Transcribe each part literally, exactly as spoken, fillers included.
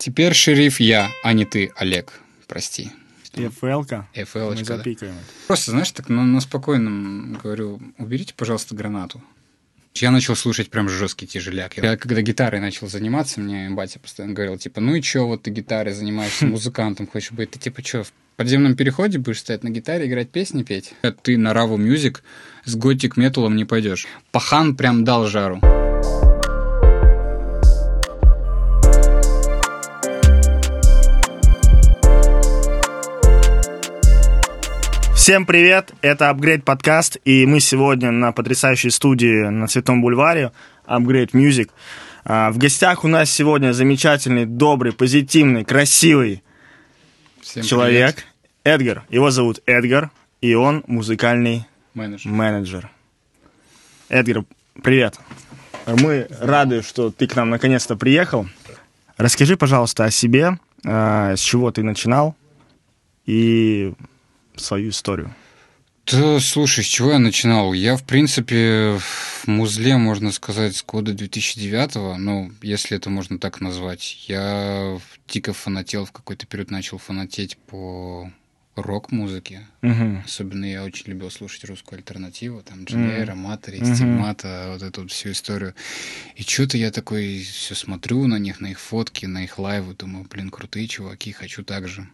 Теперь шериф я, а не ты, Олег. Прости. эф эл-ка? эф эл-очка, Мы запикаем. Да. Просто, знаешь, так на, на спокойном говорю, уберите, пожалуйста, гранату. Я начал слушать прям жесткий тяжеляк. Я когда гитарой начал заниматься, мне батя постоянно говорил, типа, ну и чё, вот ты гитарой занимаешься, музыкантом хочешь быть? Ты типа чё, в подземном переходе будешь стоять на гитаре, играть песни, петь? Ты на Раву Music с готик металом не пойдешь. Пахан прям дал жару. Всем привет, это Upgrade подкаст, и мы сегодня на потрясающей студии на Цветном бульваре Upgrade Music. В гостях у нас сегодня замечательный, добрый, позитивный, красивый Всем человек привет. Эдгар. Его зовут Эдгар, и он музыкальный менеджер. менеджер. Эдгар, привет. Мы рады, что ты к нам наконец-то приехал. Расскажи, пожалуйста, о себе, с чего ты начинал и свою историю. Да, слушай, с чего я начинал? Я, в принципе, в музле, можно сказать, с года две тысячи девятого, ну, если это можно так назвать. Я дико фанател, в какой-то период начал фанатеть по рок-музыке. Угу. Особенно я очень любил слушать русскую альтернативу, там, Дженейра, угу. Матери, угу. Стигмата, вот эту вот всю историю. И что-то я такой все смотрю на них, на их фотки, на их лайвы, думаю, блин, крутые чуваки, хочу так же.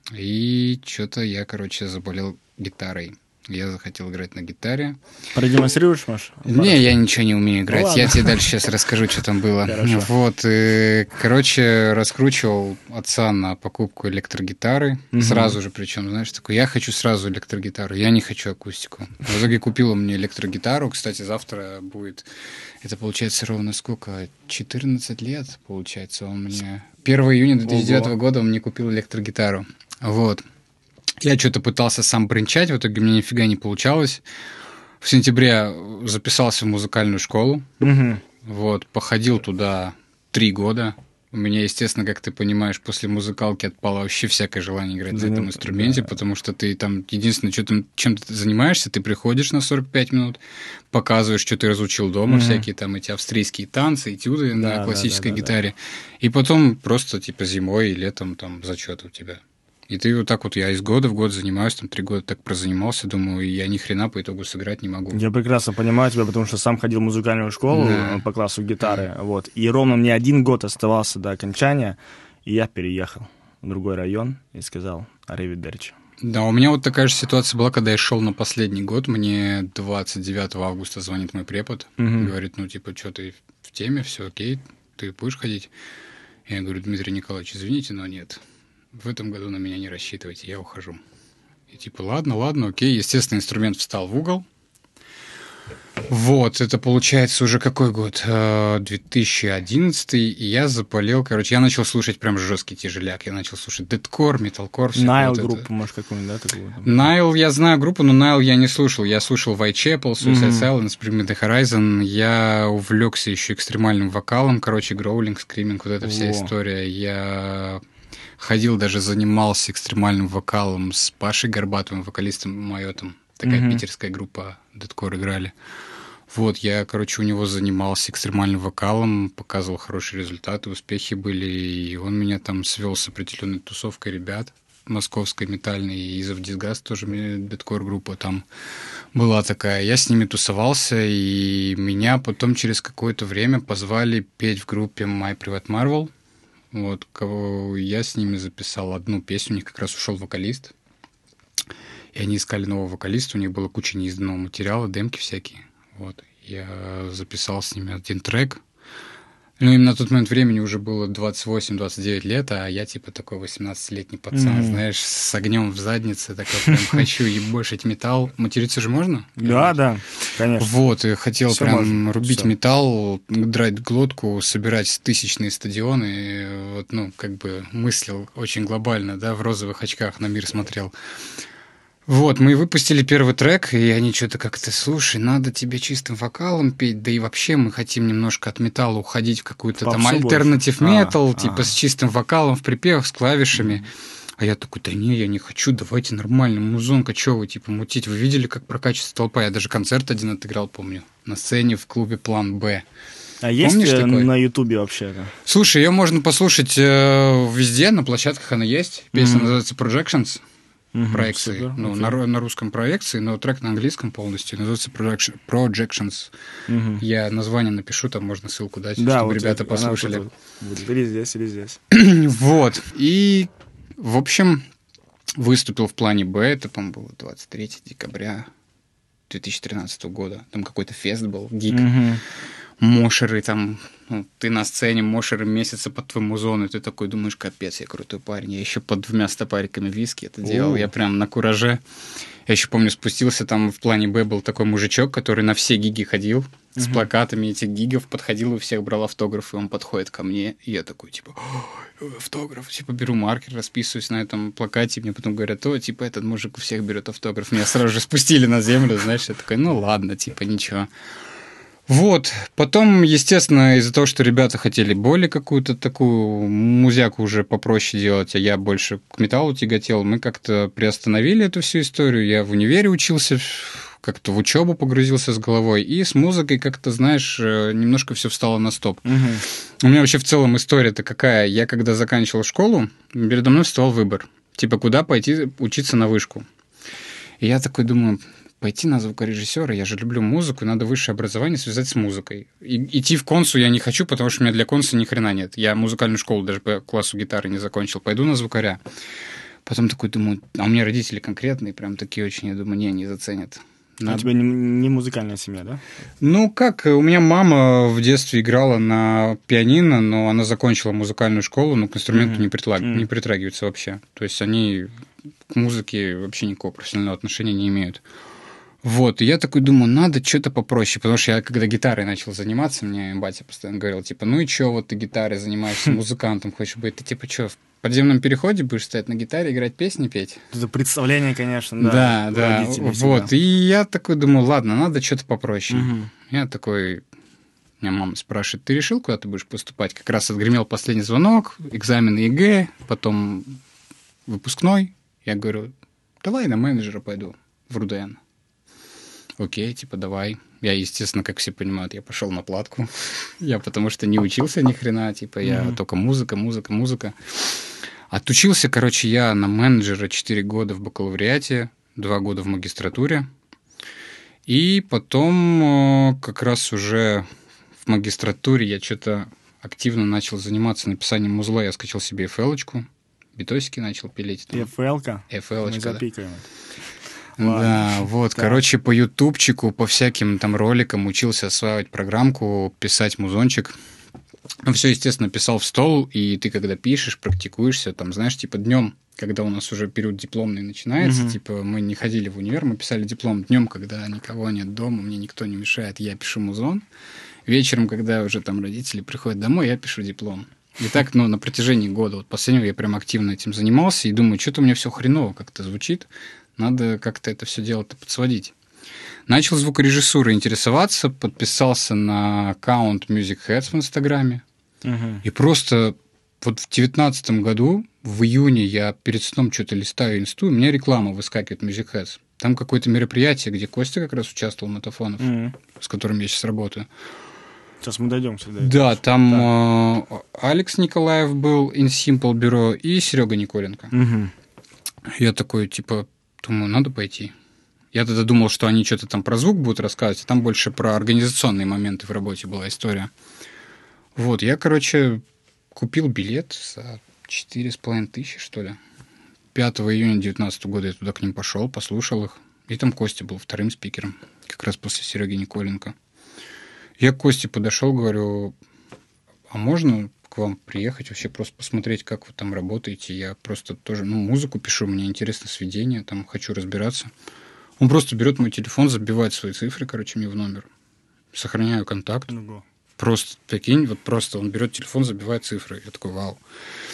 И что-то я, короче, заболел гитарой. Я захотел играть на гитаре. Продемонстрируешь, Маш? Не, я ничего не умею играть. Ну, я тебе дальше сейчас расскажу, что там было. Хорошо. Вот, и, короче, раскручивал отца на покупку электрогитары. Угу. Сразу же, причем, знаешь, такой, я хочу сразу электрогитару, я не хочу акустику. В итоге купила мне электрогитару. Кстати, завтра будет, это получается ровно сколько? четырнадцать лет, получается, он мне... первого июня две тысячи девятого года он мне купил электрогитару. Вот. Я что-то пытался сам бренчать, в итоге мне нифига не получалось. В сентябре записался в музыкальную школу. Угу. Вот, походил туда три года. У меня, естественно, как ты понимаешь, после музыкалки отпало вообще всякое желание играть да, на этом инструменте, да. Потому что ты там, единственное, что ты, чем ты занимаешься, ты приходишь на сорок пять минут, показываешь, что ты разучил дома, угу. всякие там эти австрийские танцы, этюды да, на классической да, да, гитаре. Да, да. И потом просто типа зимой и летом там зачет у тебя. И ты вот так вот, я из года в год занимаюсь, там три года так прозанимался, думаю, и я ни хрена по итогу сыграть не могу. Я прекрасно понимаю тебя, потому что сам ходил в музыкальную школу да. по классу гитары, да. вот, и ровно мне один год оставался до окончания, и я переехал в другой район и сказал «Аривидерчи». Да, у меня вот такая же ситуация была, когда я шел на последний год, мне двадцать девятого августа звонит мой препод, угу. говорит, ну, типа, что ты в теме, все окей, ты будешь ходить? Я говорю, Дмитрий Николаевич, извините, но нет. В этом году на меня не рассчитывайте, я ухожу. И типа, ладно, ладно, окей. Естественно, инструмент встал в угол. Вот, это получается уже какой год? две тысячи одиннадцатый, и я заболел, короче, я начал слушать прям жесткий тяжеляк. Я начал слушать дэткор, металкор. Найл вот группу, это. может, какую-нибудь, да, такую? Найл, я знаю группу, но Найл я не слушал. Я слушал Whitechapel, Suicide mm-hmm. Silence, Bring Me The Horizon. Я увлекся еще экстремальным вокалом, короче, гроулинг, скриминг, вот эта вся О. история. Я... ходил, даже занимался экстремальным вокалом с Пашей Горбатовым, вокалистом Майотом. Такая mm-hmm. питерская группа дэткор играли. Вот, я, короче, у него занимался экстремальным вокалом, показывал хорошие результаты, успехи были, и он меня там свел с определенной тусовкой ребят московской метальной, и Из of Disgust тоже дэткор группа там была такая. Я с ними тусовался, и меня потом через какое-то время позвали петь в группе My Private Marvel. Вот, кого я с ними записал одну песню, у них как раз ушел вокалист, и они искали нового вокалиста, у них была куча неизданного материала, демки всякие, вот, я записал с ними один трек, ну, им на тот момент времени уже было двадцать восемь - двадцать девять лет, а я типа такой восемнадцатилетний пацан, mm-hmm. знаешь, с огнем в заднице, такой прям хочу ебошить металл. Материться же можно? Да, да, конечно. Вот, и хотел Всё прям можно. рубить Всё. металл, драть глотку, собирать тысячные стадионы, и вот, ну, как бы мыслил очень глобально, да, в розовых очках на мир смотрел. Вот, мы выпустили первый трек, и они что-то как-то, слушай, надо тебе чистым вокалом петь, да и вообще мы хотим немножко от металла уходить в какую-то там альтернатив метал, а, типа а. с чистым вокалом в припевах, с клавишами. Mm-hmm. А я такой, да не, я не хочу, давайте нормально, музонка, что вы, типа, мутить? Вы видели, как прокачивается толпа? Я даже концерт один отыграл, помню, на сцене в клубе «План Б». А есть на Ютубе вообще-то? Слушай, ее можно послушать э, везде, на площадках она есть. Песня mm-hmm. называется Projections. Mm-hmm, проекции. Супер, ну, okay. на, на русском проекции, но трек на английском полностью. Называется Projections. Mm-hmm. Я название напишу, там можно ссылку дать, да, чтобы вот ребята послушали. Вот, вот. Или здесь, или здесь. Вот. И, в общем, выступил в плане Б. Это, по-моему, было двадцать третьего декабря две тысячи тринадцатого года. Там какой-то фест был, гиг. Mm-hmm. Мошеры там, ну, ты на сцене, мошеры месяца под твою музон, и ты такой думаешь, капец, я крутой парень. Я еще под двумя стопариками виски это делал, я прям на кураже. Я еще помню, спустился, там в плане Б был такой мужичок, который на все гиги ходил, с uh-huh. плакатами этих гигов, подходил, у всех брал автограф, и он подходит ко мне, и я такой, типа, автограф, типа, беру маркер, расписываюсь на этом плакате, мне потом говорят, о, типа, этот мужик у всех берет автограф. Меня сразу же спустили на землю, знаешь, я такой, ну ладно, типа, ничего. Вот, потом, естественно, из-за того, что ребята хотели более какую-то такую музяку уже попроще делать, а я больше к металлу тяготел, мы как-то приостановили эту всю историю. Я в универе учился, как-то в учебу погрузился с головой, и с музыкой как-то, знаешь, немножко все встало на стоп. Угу. У меня вообще в целом история-то какая. Я когда заканчивал школу, передо мной вставал выбор, типа, куда пойти учиться на вышку. И я такой думаю... Пойти на звукорежиссера, я же люблю музыку, надо высшее образование связать с музыкой. И, идти в консу я не хочу, потому что у меня для конса ни хрена нет. Я музыкальную школу даже по классу гитары не закончил. Пойду на звукаря. Потом такой думаю, а у меня родители конкретные, прям такие очень, я думаю, не, не заценят. Надо... У тебя не, не музыкальная семья, да? Ну, как, у меня мама в детстве играла на пианино, но она закончила музыкальную школу, но к инструменту mm-hmm. не, притлаг... mm-hmm. не притрагиваются вообще. То есть они к музыке вообще никакого профессионального отношения не имеют. Вот, и я такой думаю, надо что-то попроще, потому что я, когда гитарой начал заниматься, мне батя постоянно говорил, типа, ну и чё, вот ты гитарой занимаешься, музыкантом хочешь быть, ты типа чё, в подземном переходе будешь стоять на гитаре, играть песни, петь? Это представление, конечно, да. Да, да, вот, и я такой думаю, ладно, надо что-то попроще. Угу. Я такой, меня мама спрашивает, ты решил, куда ты будешь поступать? Как раз отгремел последний звонок, экзамен ЕГЭ, потом выпускной. Я говорю, давай на менеджера пойду в РУДН. Окей, типа, давай. Я, естественно, как все понимают, я пошел на платку. Я потому что не учился ни хрена, типа, я mm-hmm. только музыка, музыка, музыка. Отучился, короче, я на менеджера четыре года в бакалавриате, два года в магистратуре. И потом как раз уже в магистратуре я что-то активно начал заниматься написанием музла. Я скачал себе эф эл-очку, битосики начал пилить. эф эл-ка? эф эл-очка, Мы запикаем. Ладно. Да, вот, так. Короче, по ютубчику, по всяким там роликам учился осваивать программку, писать музончик. Ну, все, естественно, писал в стол, и ты, когда пишешь, практикуешься, там, знаешь, типа днем, когда у нас уже период дипломный начинается, угу. типа мы не ходили в универ, мы писали диплом днем, когда никого нет дома, мне никто не мешает, я пишу музон. Вечером, когда уже там родители приходят домой, я пишу диплом. И так, ну, на протяжении года, вот последнего я прям активно этим занимался, и думаю, что-то у меня все хреново как-то звучит. Надо как-то это все дело-то подсводить. Начал звукорежиссурой интересоваться, подписался на аккаунт Music Heads в Инстаграме. Uh-huh. И просто вот в девятнадцатом году, в июне, я перед сном что-то листаю инсту, у меня реклама выскакивает Music Heads. Там какое-то мероприятие, где Костя как раз участвовал, Матофонов, uh-huh. с которым я сейчас работаю. Сейчас мы дойдем сюда. Да, там да. Э, Алекс Николаев был, InSimple бюро, и Серега Николенко. Uh-huh. Я такой, типа... Думаю, надо пойти. Я тогда думал, что они что-то там про звук будут рассказывать, а там больше про организационные моменты в работе была история. Вот, я, короче, купил билет за четыре с половиной тысячи, что ли. пятого июня две тысячи девятнадцатого года я туда к ним пошел, послушал их. И там Костя был вторым спикером, как раз после Сереги Николенко. Я к Косте подошел, говорю, а можно к вам приехать, вообще просто посмотреть, как вы там работаете. Я просто тоже, ну, музыку пишу, мне интересно сведение, там хочу разбираться. Он просто берет мой телефон, забивает свои цифры, короче, мне в номер. Сохраняю контакт. Ну, просто, прикинь, вот просто он берет телефон, забивает цифры. Я такой, вау.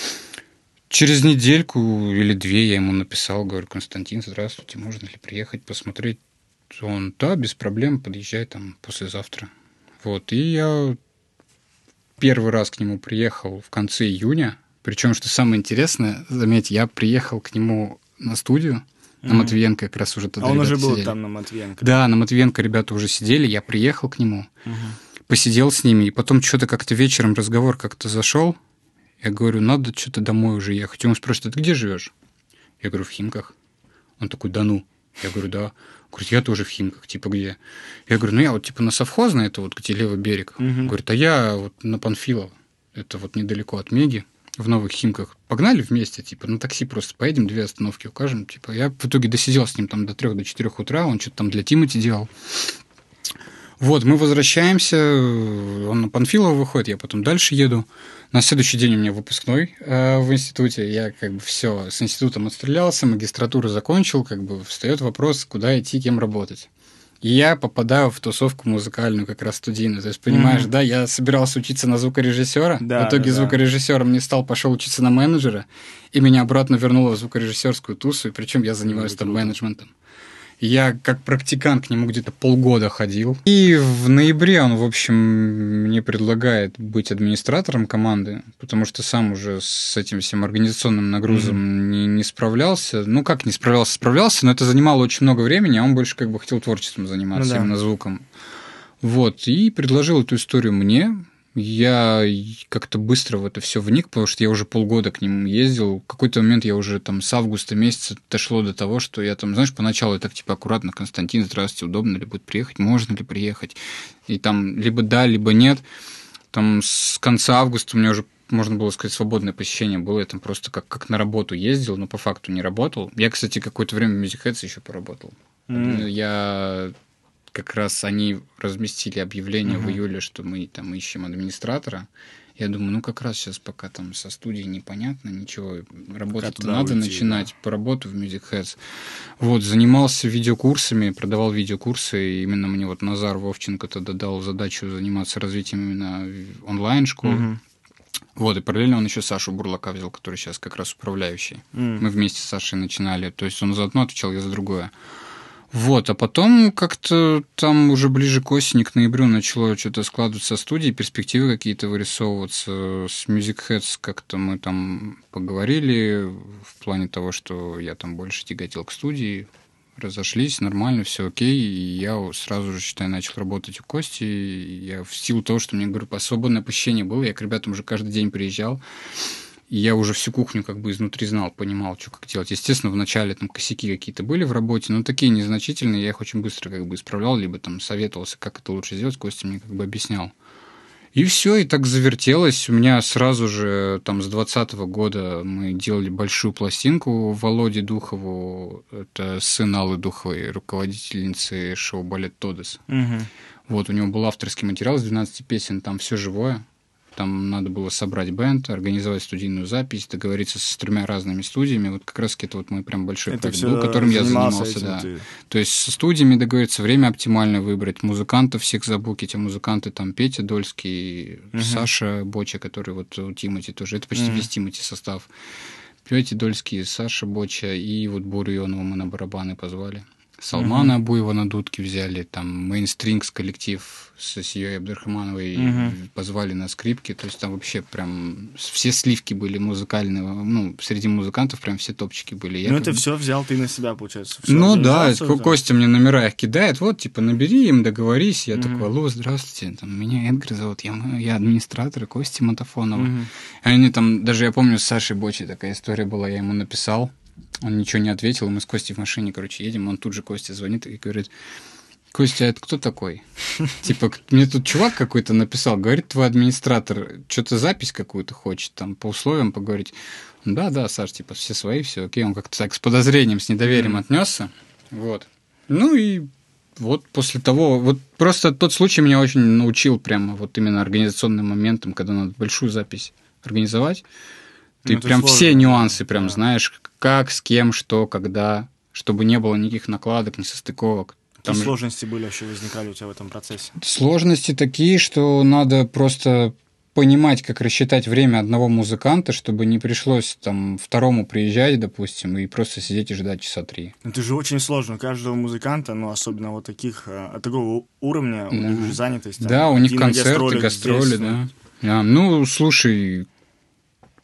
Через недельку или две я ему написал, говорю, Константин, здравствуйте, можно ли приехать посмотреть? Он, да, без проблем, подъезжай там послезавтра. Вот, и я... Первый раз к нему приехал в конце июня. Причем, что самое интересное, заметь, я приехал к нему на студию, mm-hmm. на Матвиенко как раз уже тогда. А он уже был сидели. Там на Матвиенко? Да, на Матвиенко ребята уже сидели, я приехал к нему. Mm-hmm. посидел с ними, и потом что-то как-то вечером разговор как-то зашел. Я говорю, надо что-то домой уже ехать. И он спрашивает, а ты где живешь? Я говорю, в Химках. Он такой, да ну. Я говорю, да. Говорит, я тоже в Химках, типа где? Я говорю, ну я вот типа на Совхозной, это вот где левый берег. Угу. Говорит, а я вот на Панфилово, это вот недалеко от Меги, в Новых Химках. Погнали вместе, типа, на такси просто поедем, две остановки укажем. Типа, я в итоге досидел с ним там до трех, до четырех утра, он что-то там для Тимати делал. Вот, мы возвращаемся, он на Панфилово выходит, я потом дальше еду. На следующий день у меня выпускной э, в институте. Я как бы все с институтом отстрелялся, магистратуру закончил, как бы встает вопрос, куда идти, кем работать. И я попадаю в тусовку музыкальную, как раз студийную. То есть, понимаешь, mm-hmm. да, я собирался учиться на звукорежиссера, да, в итоге да, звукорежиссером не стал, пошел учиться на менеджера, и меня обратно вернуло в звукорежиссерскую тусу, и причем я занимаюсь mm-hmm. там менеджментом. Я как практикант к нему где-то полгода ходил. И в ноябре он, в общем, мне предлагает быть администратором команды, потому что сам уже с этим всем организационным нагрузом mm-hmm. не, не справлялся. Ну, как не справлялся? Справлялся, но это занимало очень много времени, а он больше как бы хотел творчеством заниматься, ну, да. именно звуком. Вот, и предложил эту историю мне. Я как-то быстро в это все вник, потому что я уже полгода к нему ездил. В какой-то момент я уже там с августа месяца дошло до того, что я там, знаешь, поначалу я так типа аккуратно, Константин, здравствуйте, удобно ли будет приехать, можно ли приехать? И там либо да, либо нет. Там с конца августа у меня уже, можно было сказать, свободное посещение было. Я там просто как, как на работу ездил, но по факту не работал. Я, кстати, какое-то время в Music Heads еще поработал. Mm. Я... Как раз они разместили объявление uh-huh. в июле, что мы там ищем администратора. Я думаю, ну как раз сейчас пока там со студией непонятно, ничего, работать-то надо уйти, начинать, да. по работу в Music Heads. Вот, занимался видеокурсами, продавал видеокурсы, и именно мне вот Назар Вовченко тогда дал задачу заниматься развитием именно онлайн-школы. Uh-huh. Вот, и параллельно он еще Сашу Бурлака взял, который сейчас как раз управляющий. Uh-huh. Мы вместе с Сашей начинали, то есть он за одно отвечал, я за другое. Вот, а потом как-то там уже ближе к осени, к ноябрю начало что-то складываться со студией, перспективы какие-то вырисовываться. С Music Heads как-то мы там поговорили в плане того, что я там больше тяготел к студии, разошлись, нормально, все окей, и я сразу же, считай, начал работать у Кости. Я в силу того, что мне, говорю, свободное посещение было, я к ребятам уже каждый день приезжал. И я уже всю кухню как бы изнутри знал, понимал, что как делать. Естественно, вначале там косяки какие-то были в работе, но такие незначительные, я их очень быстро как бы исправлял, либо там советовался, как это лучше сделать, Костя мне как бы объяснял. И все, и так завертелось. У меня сразу же там с двадцатого года мы делали большую пластинку Володе Духову, это сын Аллы Духовой, руководительницы шоу «Балет Тодес». Угу. Вот, у него был авторский материал из двенадцати песен, там все живое. Там надо было собрать бенд, организовать студийную запись, договориться с тремя разными студиями. Вот как раз это вот мой прям большой это проект был, которым я занимался. Да. Ты... То есть со студиями договориться, время оптимально выбрать, музыкантов всех забукить, а музыканты там Петя Дольский, uh-huh. Саша Боча, который вот у Тимати тоже, это почти uh-huh. весь Тимати состав. Петя Дольский, Саша Боча и вот Борю Ионову мы на барабаны позвали. Салмана uh-huh. Абуева на дудки взяли, там Mainstrings коллектив с Асией Абдрахмановой uh-huh. позвали на скрипки, то есть там вообще прям все сливки были музыкальные, ну, среди музыкантов прям все топчики были. Я ну, это бы... все взял ты на себя, получается? Все ну, да, да, Костя мне номера их кидает, вот, типа, набери им, договорись, я uh-huh. такой, алло, здравствуйте, там, меня Эдгар зовут, я, я администратор Кости Мотофонова. Uh-huh. Они там, даже я помню, с Сашей Бочей такая история была, я ему написал, он ничего не ответил, мы с Костей в машине, короче, едем, он тут же Костя звонит и говорит, Костя, а это кто такой? Типа, мне тут чувак какой-то написал, говорит, твой администратор, что-то запись какую-то хочет, там, по условиям поговорить. Да, да, Саш, типа, все свои, все окей. Он как-то так с подозрением, с недоверием отнесся. Вот. Ну и вот после того, вот просто тот случай меня очень научил прямо вот именно организационным моментом, когда надо большую запись организовать. Ты ну, прям сложно, все нюансы прям да. знаешь, как, с кем, что, когда, чтобы не было никаких накладок, несостыковок. Какие Там сложности были вообще возникали у тебя в этом процессе? Сложности такие, что надо просто понимать, как рассчитать время одного музыканта, чтобы не пришлось там второму приезжать, допустим, и просто сидеть и ждать часа три. Это же очень сложно. У каждого музыканта, ну, особенно вот таких, такого уровня, да. у них же занятость. Да, у них концерты, гастроли, гастроли, да. да. Ну, слушай...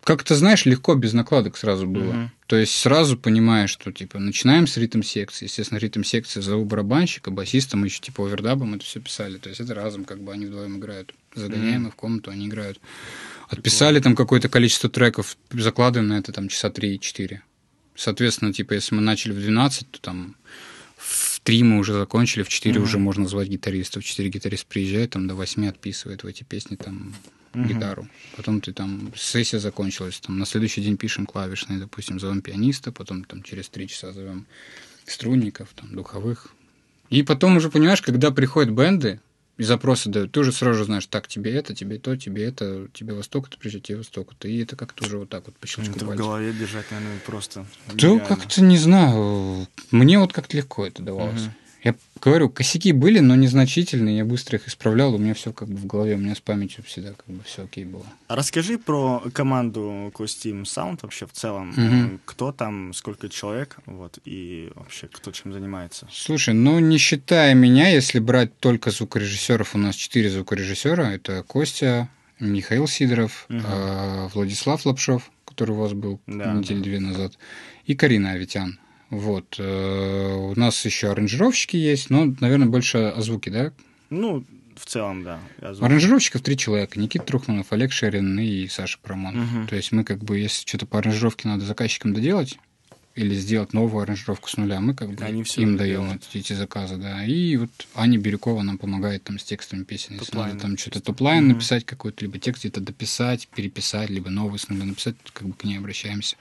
как-то, знаешь, легко, без накладок сразу было. Мгм. То есть сразу понимаешь, что, типа, начинаем с ритм-секции. Естественно, ритм-секция зову барабанщика, басиста, мы еще, типа, овердабом это все писали. То есть это разом, как бы, они вдвоем играют. Загоняем их в комнату, они играют. Отписали там какое-то количество треков, закладываем на это там часа три-четыре. Соответственно, типа, если мы начали в двенадцать, то там в три мы уже закончили, в четыре Мгм. уже можно звать гитаристов. В четыре гитарист приезжает, там до восьми отписывает в эти песни там Мгм. гитару. Потом ты там, сессия закончилась, там на следующий день пишем клавишные, допустим, зовем пианиста, потом там через три часа зовем струнников, там, духовых. И потом уже, понимаешь, когда приходят бенды, и запросы дают, ты уже сразу знаешь, так, тебе это, тебе то, тебе это, тебе во столько-то приезжать, тебе во столько-то. И это как-то уже вот так вот по щелчку Это в пальцев. голове держать, наверное, просто Да нереально. как-то не знаю. Мне вот как-то легко это давалось. Мгм. Я говорю, косяки были, но незначительные, я быстро их исправлял, у меня все как бы в голове, у меня с памятью всегда как бы все окей было. А расскажи про команду Costim Sound вообще в целом. Мгм. Кто там, сколько человек, вот, и вообще кто чем занимается? Слушай, ну не считая меня, если брать только звукорежиссеров, у нас четыре звукорежиссера. Это Костя, Михаил Сидоров, Мгм. э, Владислав Лапшов, который у вас был Да, недели две назад, и Карина Аветян. Вот. э, У нас еще аранжировщики есть, но, наверное, больше о звуке, да? Ну, в целом, да. Я звук- Аранжировщиков три человека. Никита Трухманов, Олег Шерин и Саша Проманов. Мгм. То есть мы как бы, если что-то по аранжировке надо заказчикам доделать, или сделать новую аранжировку с нуля, мы как бы Они всё им даем делают. эти, эти заказы, да. И вот Аня Бирюкова нам помогает там с текстами песен. Если Топлайн надо там что-то чисто. топлайн Мгм. написать какой-то, либо текст где-то дописать, переписать, либо новый с нуля написать, как бы к ней обращаемся.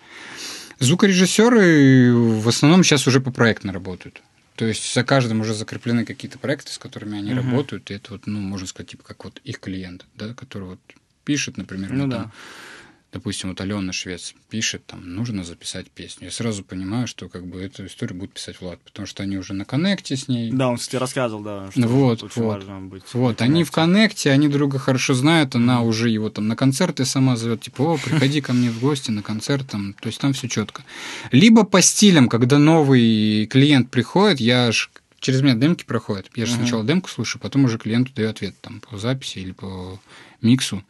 Звукорежиссеры в основном сейчас уже попроектно работают. То есть за каждым уже закреплены какие-то проекты, с которыми они Мгм. работают, и это вот, ну, можно сказать, типа как вот их клиент, да, который вот пишет, например, Ну мне да. там, допустим, вот Алена Швец пишет, там, нужно записать песню. Я сразу понимаю, что как бы эту историю будет писать Влад, потому что они уже на коннекте с ней. Да, он, кстати, рассказывал, да, что Вот, очень вот. важно быть. Вот, на они в коннекте. коннекте, они друга хорошо знают, она Мгм. уже его там на концерты сама зовет, типа, о, приходи ко мне в гости на концерт, там, то есть там все четко. Либо по стилям, когда новый клиент приходит, я ж через меня демки проходят, я же Мгм. сначала демку слушаю, потом уже клиенту даю ответ там по записи или по миксу.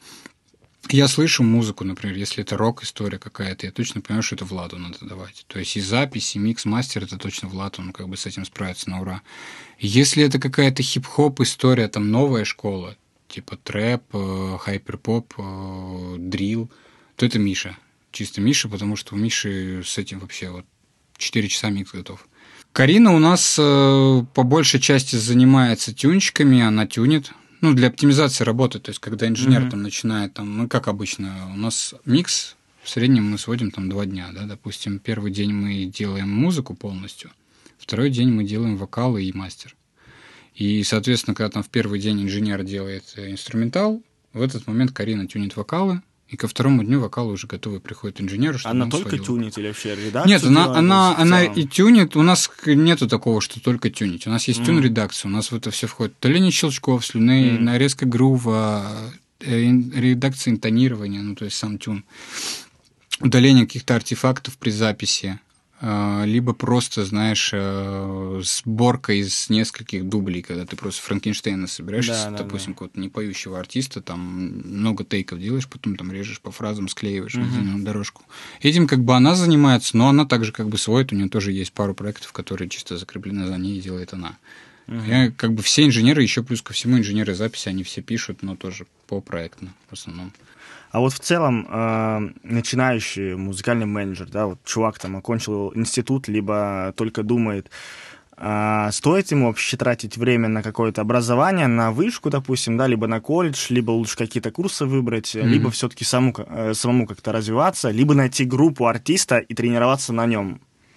Я слышу музыку, например, если это рок-история какая-то, я точно понимаю, что это Владу надо давать. То есть и запись, и микс, мастер, это точно Влад, он как бы с этим справится на ура. Если это какая-то хип-хоп история, там новая школа, типа трэп, э, хайпер-поп, э, дрил, то это Миша. Чисто Миша, потому что у Миши с этим вообще вот четыре часа микс готов. Карина у нас э, по большей части занимается тюнчиками, она тюнит. Ну, для оптимизации работы, то есть, когда инженер Мгм. там начинает, там, ну, как обычно, у нас микс, в среднем мы сводим там два дня, да, допустим, первый день мы делаем музыку полностью, второй день мы делаем вокалы и мастер. И, соответственно, когда там в первый день инженер делает э, инструментал, в этот момент Карина тюнит вокалы, и ко второму дню вокалы уже готовы приходят инженеру, чтобы Она он только сводил. тюнит или вообще редакцию Нет, она, делает она, в она целом? и тюнит. У нас к- нету такого, что только тюнить. У нас есть Мгм. тюн-редакция. У нас в это все входит удаление щелчков, слюны, Мгм. нарезка грува, э, ин- редакция интонирования, ну, то есть сам тюн. Удаление каких-то артефактов при записи. э, Либо просто, знаешь, э, сборка из нескольких дублей, когда ты просто Франкенштейна собираешь, Да, да, допустим, да. какого-то непоющего артиста, там много тейков делаешь, потом там режешь по фразам, склеиваешь Мгм. единую дорожку. Этим как бы она занимается, но она также как бы сводит, у нее тоже есть пару проектов, которые чисто закреплены за ней, и делает она. Мгм. Я, как бы все инженеры, еще плюс ко всему инженеры записи, они все пишут, но тоже по проектно в основном. А вот в целом э, начинающий музыкальный менеджер, да, вот чувак там окончил институт, либо только думает, а стоит ему вообще тратить время на какое-то образование, на вышку, допустим, да, либо на колледж, либо лучше какие-то курсы выбрать, Мгм. либо все-таки саму, э, самому как-то развиваться, либо найти группу артиста и тренироваться на нем.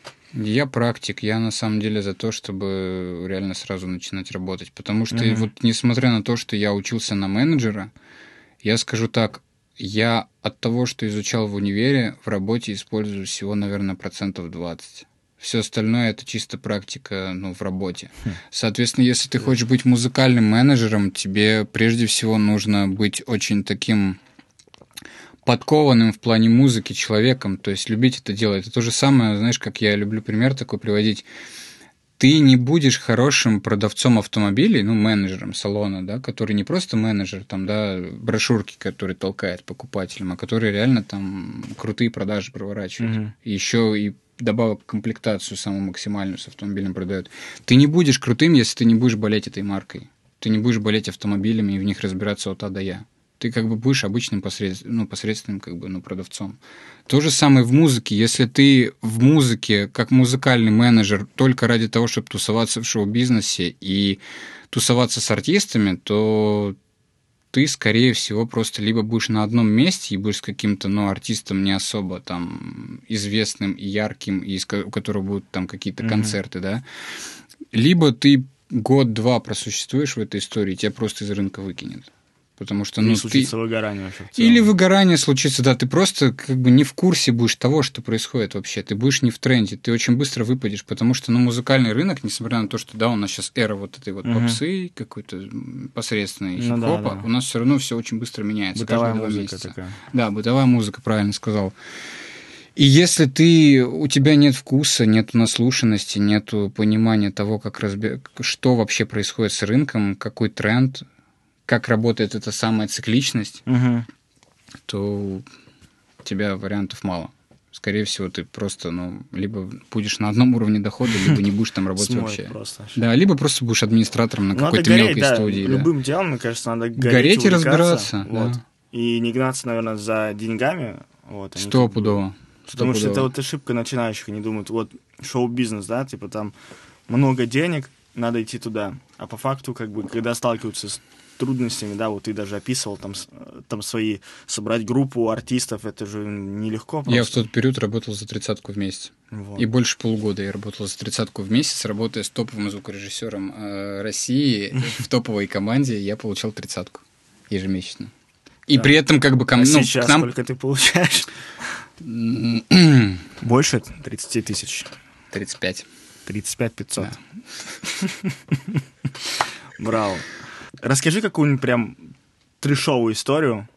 Я практик, я на самом деле за то, чтобы реально сразу начинать работать. Потому что Мгм. вот несмотря на то, что я учился на менеджера, я скажу так, я от того, что изучал в универе, в работе использую всего, наверное, процентов двадцать. Все остальное это чисто практика, ну, в работе. Соответственно, если ты хочешь быть музыкальным менеджером, тебе прежде всего нужно быть очень таким подкованным в плане музыки человеком, то есть любить это дело. Это то же самое, знаешь, как я люблю пример такой приводить. ты не будешь хорошим продавцом автомобилей, ну, менеджером салона, да, который не просто менеджер, там, да, брошюрки, который толкает покупателям, а который реально там крутые продажи проворачивает. Mm-hmm. И еще и добавок комплектацию самую максимальную с автомобилем продает. Ты не будешь крутым, если ты не будешь болеть этой маркой. Ты не будешь болеть автомобилями и в них разбираться от А до Я. Ты как бы будешь обычным посред... ну, посредственным как бы, ну, продавцом. То же самое в музыке. Если ты в музыке как музыкальный менеджер только ради того, чтобы тусоваться в шоу-бизнесе и тусоваться с артистами, то ты, скорее всего, просто либо будешь на одном месте и будешь с каким-то, ну, артистом не особо там известным и ярким, и у которого будут там какие-то mm-hmm. концерты, да, либо ты год-два просуществуешь в этой истории, и тебя просто из рынка выкинет. Потому что, ну, или случится ты... выгорание вообще в целом. Или выгорание случится, да, ты просто как бы не в курсе будешь того, что происходит вообще, ты будешь не в тренде, ты очень быстро выпадешь, потому что, ну, музыкальный рынок, несмотря на то, что, да, у нас сейчас эра вот этой вот uh-huh. попсы, какой-то посредственной хип-хопа, ну, да, да. у нас все равно все очень быстро меняется. Бытовая музыка такая. Да, бытовая музыка, правильно сказал. И если ты, у тебя нет вкуса, нет наслушанности, нет понимания того, как разби... что вообще происходит с рынком, какой тренд, как работает эта самая цикличность, угу. то у тебя вариантов мало. Скорее всего, ты просто, ну, либо будешь на одном уровне дохода, либо не будешь там работать вообще. Просто. Да, либо просто будешь администратором на ну, какой-то гореть, мелкой да, студии. Любым да. делом, мне кажется, надо гореть, гореть и разбираться. Вот. Да. И не гнаться, наверное, за деньгами. Вот, Стопудово. Потому что это вот ошибка начинающих. Они думают, вот шоу-бизнес, да, типа там много денег, надо идти туда. А по факту, как бы, когда сталкиваются с трудностями, да, вот ты даже описывал там, там свои, собрать группу артистов, это же нелегко просто. Я в тот период работал за тридцатку в месяц. Вот. И больше полугода я работал за тридцатку в месяц, работая с топовым звукорежиссером э, России в топовой команде, я получал тридцатку ежемесячно. И да. при этом как бы ко, а ну, сейчас к нам... сколько ты получаешь? Больше тридцать тысяч. тридцать пять. тридцать пять пятьсот. Да. Браво. Расскажи какую-нибудь прям трешовую историю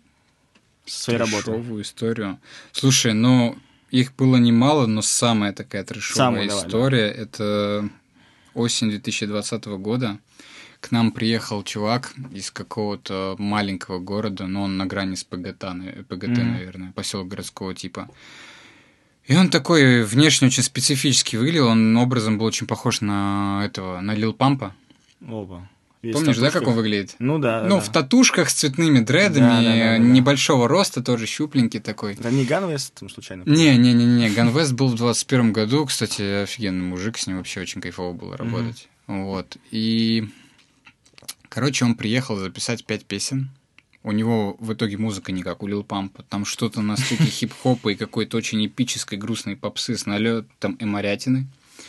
своей работы. Трешовую историю. Слушай, ну, их было немало, но самая такая трешовая Самую, история давай, давай. это осень две тысячи двадцатого года. К нам приехал чувак из какого-то маленького города, но он на грани с ПГТ, ПГТ mm-hmm. наверное, поселок городского типа. И он такой внешне очень специфически выглядел, он образом был очень похож на этого, на Лил Пампа. Опа. Весь Помнишь, да, как он выглядит? Ну да. Ну, да. в татушках с цветными дредами, да, да, да, да, небольшого да. роста, тоже щупленький такой. Да не Ганвест там случайно? Не-не-не, Ганвест был в двадцать первом году, кстати, офигенный мужик, с ним вообще очень кайфово было работать. Mm-hmm. Вот. И, короче, он приехал записать пять песен. У него в итоге музыка не как у Лил Пампа. Там что-то на стыке хип-хопа и какой-то очень эпической грустной попсы с налетом эморятины.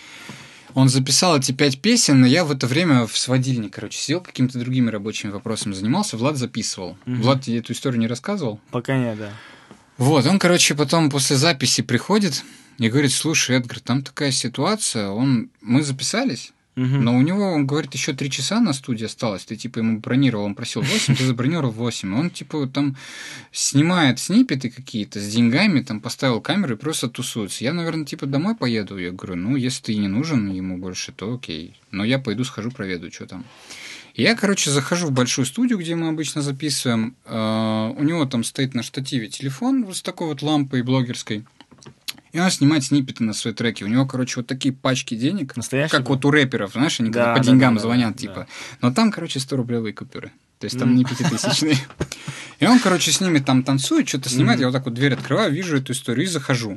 Он записал эти пять песен, но я в это время в сводильне, короче, сидел, какими-то другими рабочими вопросами занимался, Влад записывал. Угу. Влад тебе эту историю не рассказывал? Пока нет, да. Вот, он, короче, потом после записи приходит и говорит, слушай, Эдгар, там такая ситуация, он... мы записались, угу. но у него, он говорит, еще три часа на студии осталось, ты, типа, ему бронировал, он просил восемь, ты забронировал восемь, он, типа, там снимает сниппеты какие-то с деньгами, там поставил камеру и просто тусуется. Я, наверное, типа, домой поеду, я говорю, ну, если ты не нужен ему больше, то окей, но я пойду схожу, проведу, что там. И я, короче, захожу в большую студию, где мы обычно записываем, uh, у него там стоит на штативе телефон вот с такой вот лампой блогерской, и он снимает сниппеты на свои треки. У него, короче, вот такие пачки денег, настоящий, как да? вот у рэперов, знаешь, они да, по да, деньгам да, звонят, да, типа. Да. Но там, короче, сто-рублевые купюры. То есть там mm. не пятитысячные. И он, короче, с ними там танцует, что-то снимает. Mm. Я вот так вот дверь открываю, вижу эту историю и захожу.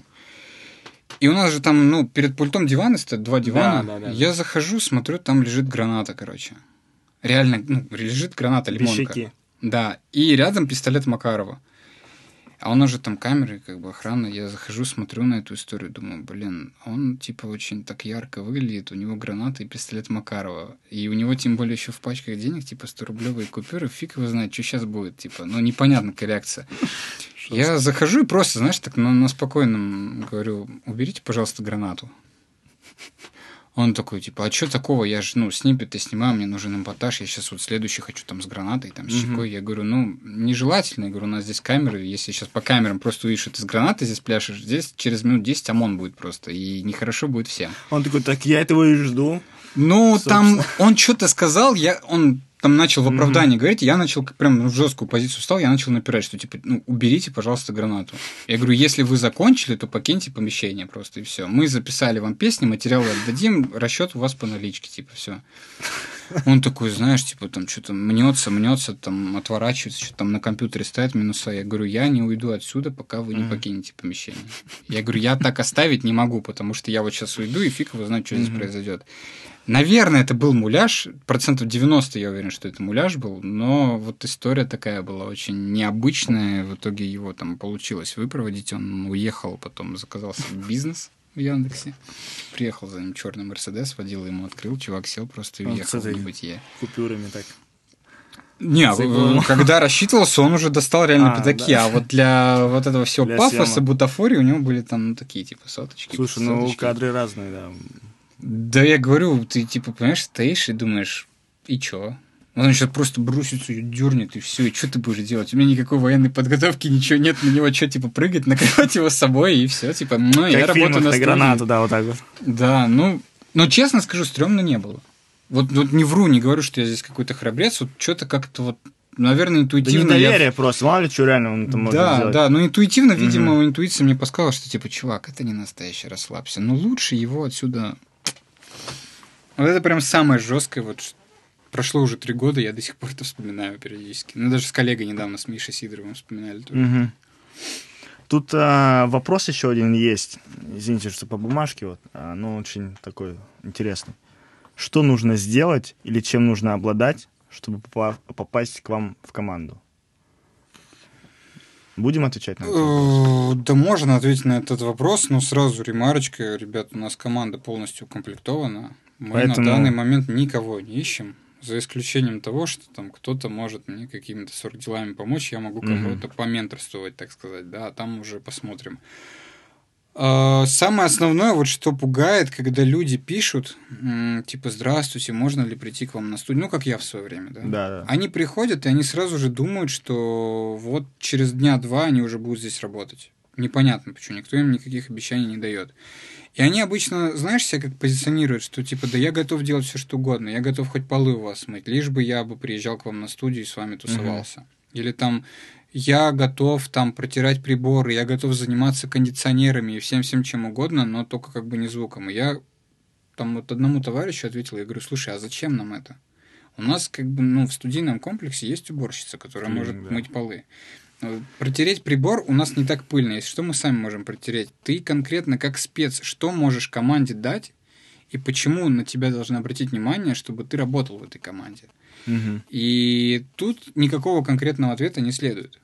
И у нас же там, ну, перед пультом диваны стоят, два дивана. Да, да, да, я да. захожу, смотрю, там лежит граната, короче. Реально, ну, лежит граната, лимонка. Да, и рядом пистолет Макарова. А он уже там камеры, как бы охрана. Я захожу, смотрю на эту историю, думаю, блин, он типа очень так ярко выглядит, у него граната и пистолет Макарова. И у него тем более еще в пачках денег, типа сто-рублевые купюры, фиг его знает, что сейчас будет, типа, ну непонятно какая реакция. Я захожу и просто, знаешь, так на, на спокойном говорю, уберите, пожалуйста, гранату. Он такой, типа, а что такого? Я же, ну, сниппеты снимаю, мне нужен эпатаж, я сейчас вот следующий хочу там с гранатой, там, с щекой. Mm-hmm. Я говорю, ну, нежелательно. Я говорю, у нас здесь камеры, если сейчас по камерам просто увидишь, что ты с гранатой здесь пляшешь, здесь через минут десять ОМОН будет просто, и нехорошо будет всем. Он такой, так я этого и жду. Ну, собственно. Там он что-то сказал, я, он там начал в оправдании mm-hmm. говорить, я начал прям в жесткую позицию встал, я начал напирать, что типа, ну, уберите, пожалуйста, гранату. Я говорю, если вы закончили, то покиньте помещение просто, и все. Мы записали вам песни, материалы отдадим, расчет у вас по наличке, типа, все. Он такой, знаешь, типа, там что-то мнется, мнется, там отворачивается, что-то там на компьютере ставит минуса. Я говорю, я не уйду отсюда, пока вы не покинете помещение. Я говорю, я так оставить не могу, потому что я вот сейчас уйду, и фиг его знает, что здесь произойдет. Наверное, это был муляж, процентов девяносто я уверен, что это муляж был, но вот история такая была очень необычная, в итоге его там получилось выпроводить, он уехал, потом заказал себе бизнес в Яндексе, приехал за ним черный Мерседес, водила ему открыл, чувак сел просто и уехал в небытие. Купюрами так. Не, когда рассчитывался, он уже достал реально а, пятаки, да. А вот для вот этого всего для пафоса, съема. Бутафории у него были там ну, такие типа соточки. Слушай, ну кадры разные, да. Да я говорю, ты типа, понимаешь, стоишь и думаешь, и чё? Он сейчас просто брусится и дернет, и все, и что ты будешь делать? У меня никакой военной подготовки, ничего нет, на него что, типа, прыгать, накрывать его с собой, и все, типа, ну, как я работаю на студии. Гранату, да, вот так вот. Да, ну, но честно скажу, стрёмно не было. Вот, вот не вру, не говорю, что я здесь какой-то храбрец, вот что-то как-то вот, наверное, интуитивно... Да недоверие я... просто, мало ли что реально он там может да, сделать. Да, да, но интуитивно, видимо, угу. интуиция мне подсказала, что, типа, чувак, это не настоящий, расслабься, но лучше его отсюда... Вот это прям самое жесткое. Вот прошло уже три года, я до сих пор это вспоминаю периодически. Ну, даже с коллегой недавно, с Мишей Сидоровым вспоминали тоже. Угу. Тут а, вопрос еще один есть. Извините, что по бумажке, вот, а, но очень такой интересный. Что нужно сделать или чем нужно обладать, чтобы попасть к вам в команду? Будем отвечать на этот вопрос? Да, можно ответить на этот вопрос, но сразу ремарочка. Ребят, у нас команда полностью укомплектована. Мы Поэтому... на данный момент никого не ищем, за исключением того, что там кто-то может мне какими-то сорок-делами помочь, я могу кого-то mm-hmm. поменторствовать, так сказать, да, а там уже посмотрим. Самое основное, вот что пугает, когда люди пишут, типа, здравствуйте, можно ли прийти к вам на студию, ну, как я в свое время, да? Да, да. Они приходят, и они сразу же думают, что вот через дня-два они уже будут здесь работать. Непонятно почему, никто им никаких обещаний не дает. И они обычно, знаешь, себя как позиционируют, что типа, да я готов делать все что угодно, я готов хоть полы у вас мыть, лишь бы я бы приезжал к вам на студию и с вами тусовался. Uh-huh. Или там, я готов там протирать приборы, я готов заниматься кондиционерами и всем-всем чем угодно, но только как бы не звуком. И я там вот одному товарищу ответил, я говорю, слушай, а зачем нам это? У нас как бы, ну, в студийном комплексе есть уборщица, которая Клин, может да. мыть полы. Протереть прибор у нас не так пыльно. Если что, мы сами можем протереть. Ты конкретно как спец, что можешь команде дать и почему на тебя должны обратить внимание, чтобы ты работал в этой команде. Угу. И тут никакого конкретного ответа не следует.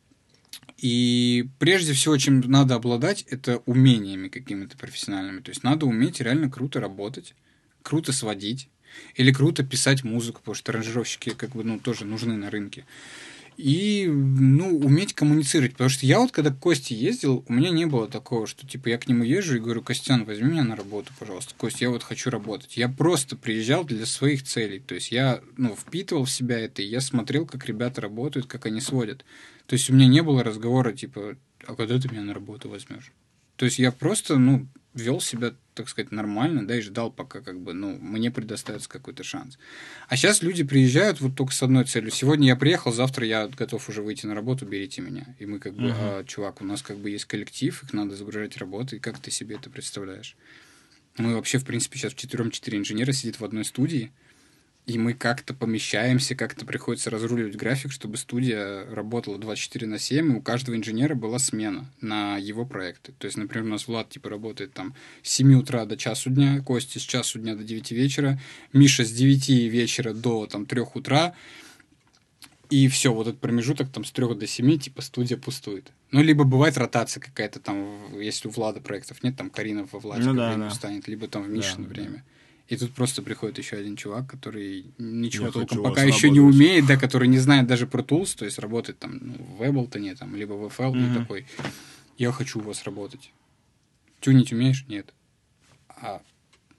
И прежде всего, чем надо обладать, это умениями какими-то профессиональными. То есть надо уметь реально круто работать, круто сводить или круто писать музыку, потому что аранжировщики как бы, ну, тоже нужны на рынке. И, ну, уметь коммуницировать. Потому что я вот, когда к Косте ездил, у меня не было такого, что, типа, я к нему езжу и говорю, Костян, возьми меня на работу, пожалуйста. Кость, я вот хочу работать. Я просто приезжал для своих целей. То есть я, ну, впитывал в себя это, и я смотрел, как ребята работают, как они сводят. То есть у меня не было разговора, типа, а когда ты меня на работу возьмешь? То есть я просто, ну, вел себя, так сказать, нормально, да, и ждал, пока как бы, ну, мне предоставится какой-то шанс. А сейчас люди приезжают вот только с одной целью. Сегодня я приехал, завтра я готов уже выйти на работу, берите меня. И мы как бы, uh-huh. а, чувак, у нас как бы есть коллектив, их надо загружать работой, как ты себе это представляешь? Мы вообще, в принципе, сейчас вчетвером четыре инженера сидят в одной студии, и мы как-то помещаемся, как-то приходится разруливать график, чтобы студия работала двадцать четыре на семь, и у каждого инженера была смена на его проекты. То есть, например, у нас Влад типа работает там с семи утра до часу дня, Костя с часу дня до девяти вечера, Миша с девяти вечера до там трех утра, и все, вот этот промежуток там с трех до семи, типа студия пустует. Ну, либо бывает ротация какая-то там, если у Влада проектов нет, там Карина во Владе ну, да, время да. станет, либо там в Мишино да, время. Да. И тут просто приходит еще один чувак, который ничего я толком пока еще не умеет, да, который не знает даже про Tools, то есть работает там ну, в Ableton, там, либо в эф эл, mm-hmm. и такой, я хочу у вас работать. Тюнить умеешь? Нет. А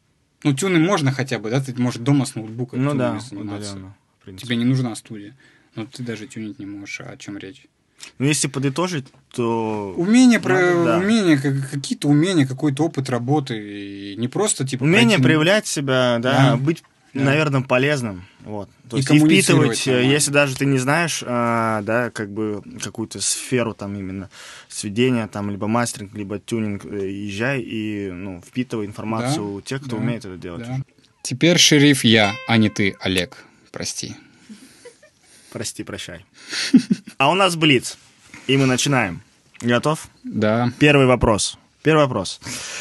Ну, тюны можно хотя бы, да? Ты можешь дома с ноутбука ну, да, заниматься. удаленно, тебе не нужна студия. Но ты даже тюнить не можешь. О чем речь? Ну, если подытожить, то... Умение, надо, про... да. умение какие-то умения, какой-то опыт работы. И не просто, типа... Умение пройти... проявлять себя, да, да. быть... Да. Наверное, полезным. Вот. То и есть и впитывать, нормально. если даже ты не знаешь, а, да, как бы какую-то сферу там именно сведения, там, либо мастеринг, либо тюнинг, езжай и, ну, впитывай информацию у да, тех, кто да, умеет это делать. Да. Теперь шериф я, а не ты, Олег. Прости. Прости, прощай. А у нас блиц. И мы начинаем. Готов? Да. Первый вопрос. Первый вопрос.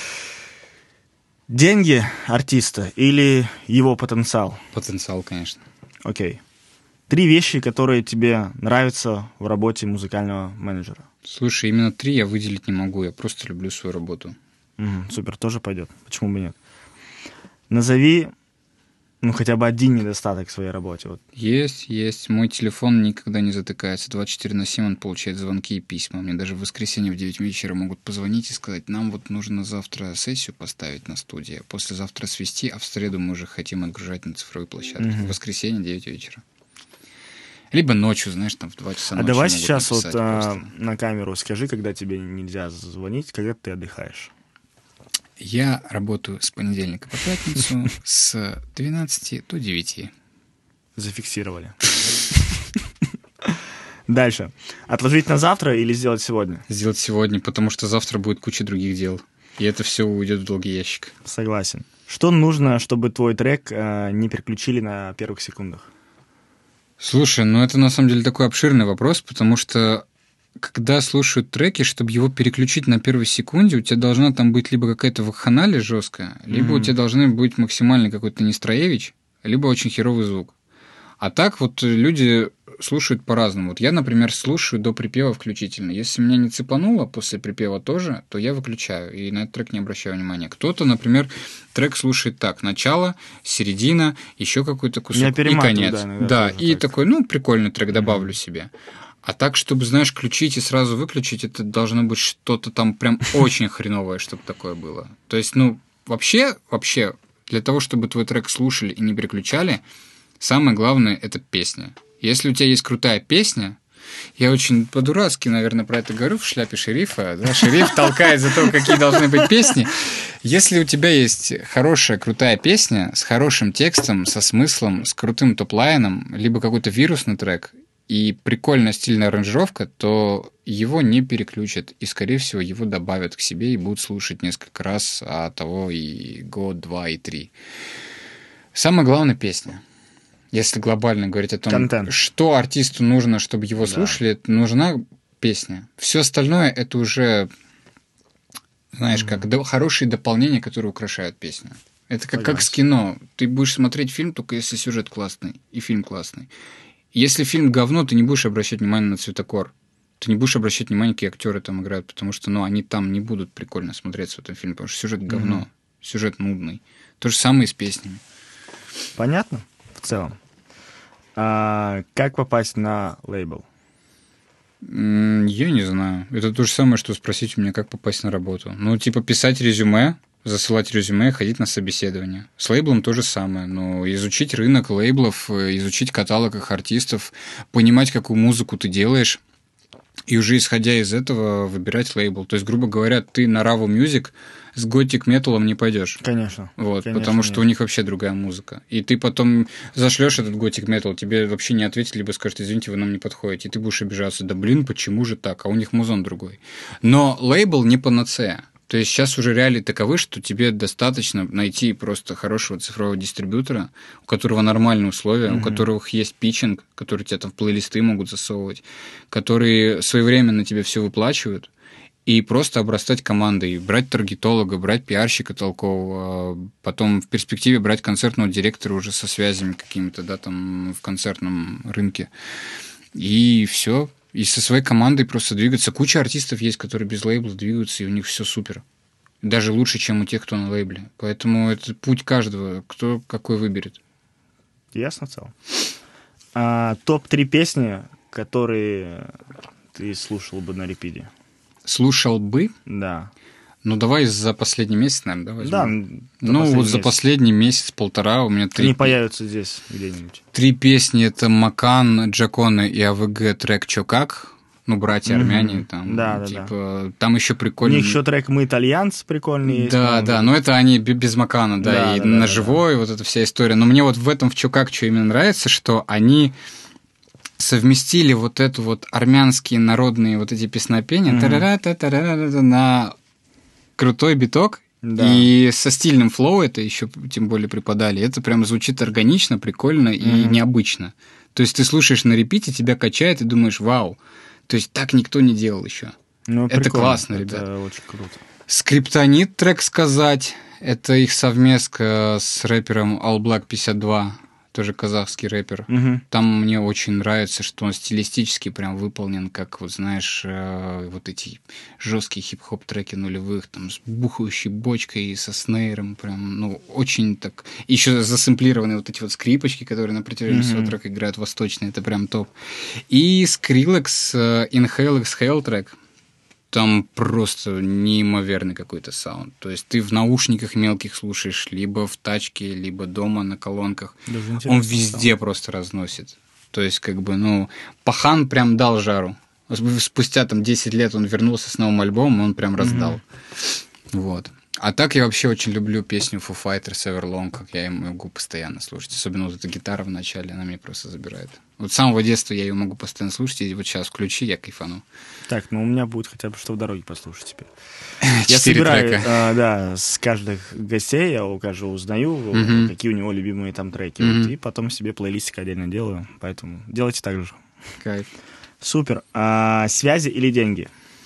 Деньги артиста или его потенциал? Потенциал, конечно. Окей. Три вещи, которые тебе нравятся в работе музыкального менеджера. Слушай, именно три я выделить не могу. Я просто люблю свою работу. Угу, супер, тоже пойдет. Почему бы нет? Назови, ну, хотя бы один недостаток в своей работе. Вот. Есть, есть. Мой телефон никогда не затыкается. двадцать четыре на семь он получает звонки и письма. Мне даже в воскресенье в девять вечера могут позвонить и сказать, нам вот нужно завтра сессию поставить на студии, послезавтра свести, а в среду мы уже хотим отгружать на цифровой площадке. Mm-hmm. В воскресенье девять вечера. Либо ночью, знаешь, там в два часа ночи. А давай сейчас вот а, на камеру скажи, когда тебе нельзя звонить, когда ты отдыхаешь. Я работаю с понедельника по пятницу с двенадцати до девяти. Зафиксировали. Дальше. Отложить на завтра или сделать сегодня? Сделать сегодня, потому что завтра будет куча других дел. И это все уйдет в долгий ящик. Согласен. Что нужно, чтобы твой трек э, не переключили на первых секундах? Слушай, ну это на самом деле такой обширный вопрос, потому что когда слушают треки, чтобы его переключить на первой секунде, у тебя должна там быть либо какая-то вакханалия жесткая, либо mm-hmm. у тебя должны быть максимальный какой-то Нестроевич, либо очень херовый звук. А так вот люди слушают по-разному. Вот я, например, слушаю до припева включительно. Если меня не цепануло после припева тоже, то я выключаю и на этот трек не обращаю внимания. Кто-то, например, трек слушает так: начало, середина, еще какой-то кусок и конец. Да, да и так. Такой, ну, прикольный трек, добавлю mm-hmm. себе. А так, чтобы, знаешь, включить и сразу выключить, это должно быть что-то там прям очень хреновое, чтобы такое было. То есть, ну, вообще, вообще, для того, чтобы твой трек слушали и не переключали, самое главное – это песня. Если у тебя есть крутая песня, я очень по-дурацки, наверное, про это говорю в шляпе шерифа, да, шериф толкает за то, какие должны быть песни. Если у тебя есть хорошая, крутая песня с хорошим текстом, со смыслом, с крутым топ-лайном, либо какой-то вирусный трек, и прикольная стильная аранжировка, то его не переключат, и, скорее всего, его добавят к себе и будут слушать несколько раз, а того и год, два, и три. Самое главное — песня. Если глобально говорить о том, Контент. Что артисту нужно, чтобы его да. слушали, нужна песня. Все остальное — это уже, знаешь, mm-hmm. как хорошие дополнения, которые украшают песню. Это как, как с кино. Ты будешь смотреть фильм, только если сюжет классный и фильм классный. Если фильм говно, ты не будешь обращать внимание на цветокор. Ты не будешь обращать внимание, какие актеры там играют, потому что, ну, они там не будут прикольно смотреться в этом фильме, потому что сюжет говно, mm-hmm. сюжет нудный. То же самое и с песнями. Понятно, в целом. А как попасть на лейбл? Я не знаю. Это то же самое, что спросить у меня, как попасть на работу. Ну, типа, писать резюме, засылать резюме, ходить на собеседование. С лейблом то же самое. Но изучить рынок лейблов, изучить каталог их артистов, понимать, какую музыку ты делаешь, и уже исходя из этого выбирать лейбл. То есть, грубо говоря, ты на Ravo Music с готик металлом не пойдешь. Конечно. Вот, конечно, потому что нет. у них вообще другая музыка. И ты потом зашлешь этот готик метал, тебе вообще не ответят, либо скажут: извините, вы нам не подходите. И ты будешь обижаться: да блин, почему же так? А у них музон другой. Но лейбл не панацея. То есть сейчас уже реалии таковы, что тебе достаточно найти просто хорошего цифрового дистрибьютора, у которого нормальные условия, mm-hmm. у которых есть питчинг, которые тебя там в плейлисты могут засовывать, которые своевременно тебе все выплачивают, и просто обрастать командой, брать таргетолога, брать пиарщика толкового, потом в перспективе брать концертного директора уже со связями какими-то, да, там в концертном рынке. И все. И со своей командой просто двигаться. Куча артистов есть, которые без лейбла двигаются, и у них все супер. Даже лучше, чем у тех, кто на лейбле. Поэтому это путь каждого, кто какой выберет. Ясно в целом. А, топ три песни, которые ты слушал бы на репиде? Слушал бы? Да. Ну, давай за последний месяц, наверное, да, возьмем? Да. Ну, вот за последний месяц-полтора у меня три... Они появятся здесь где-нибудь. Три песни — это Макан, Джаконе и АВГ трек «Чё как?». Ну, братья армяне, mm-hmm. там, да, да, типа, да. там еще прикольно. У них еще трек «Мы итальянцы» прикольный есть. Да, да, но это они без Макана, да, да и да, на да, живой, да. Вот эта вся история. Но мне вот в этом в «Чё как?», что именно нравится, что они совместили вот эту вот армянские народные вот эти песнопения mm-hmm. на крутой биток, да. И со стильным флоу это еще тем более преподали. Это прям звучит органично, прикольно и mm-hmm. необычно. То есть ты слушаешь на репите, тебя качает и думаешь, вау. То есть так никто не делал еще. Ну, это прикольно. Классно, это ребят. Это очень круто. Скриптонит трек «Сказать». Это их совместка с рэпером All Black пятьдесят два. Тоже казахский рэпер. Угу. Там мне очень нравится, что он стилистически прям выполнен, как, вот знаешь, э, вот эти жесткие хип-хоп треки нулевых, там, с бухающей бочкой и со снейром, прям, ну, очень так... Еще засэмплированы вот эти вот скрипочки, которые на протяжении всего mm-hmm. трека играют восточные, это прям топ. И Skrillex, э, Inhale Exhale трек. Там просто неимоверный какой-то саунд. То есть ты в наушниках мелких слушаешь, либо в тачке, либо дома на колонках. Он везде саунд. Просто разносит. То есть, как бы, ну, Пахан прям дал жару. Спустя там десять лет он вернулся с новым альбомом, он прям раздал. Mm-hmm. Вот. А так я вообще очень люблю песню Foo Fighters Everlong, как я ее могу постоянно слушать. Особенно вот эта гитара в начале, она меня просто забирает. Вот с самого детства я ее могу постоянно слушать, и вот сейчас включи, я кайфану. Так, ну у меня будет хотя бы что в дороге послушать теперь. Я собираю, а, да, с каждых гостей, я у каждого узнаю, mm-hmm. какие у него любимые там треки. Mm-hmm. Вот, и потом себе плейлистик отдельно делаю, поэтому делайте так же. Кайф. Супер. А, связи или деньги?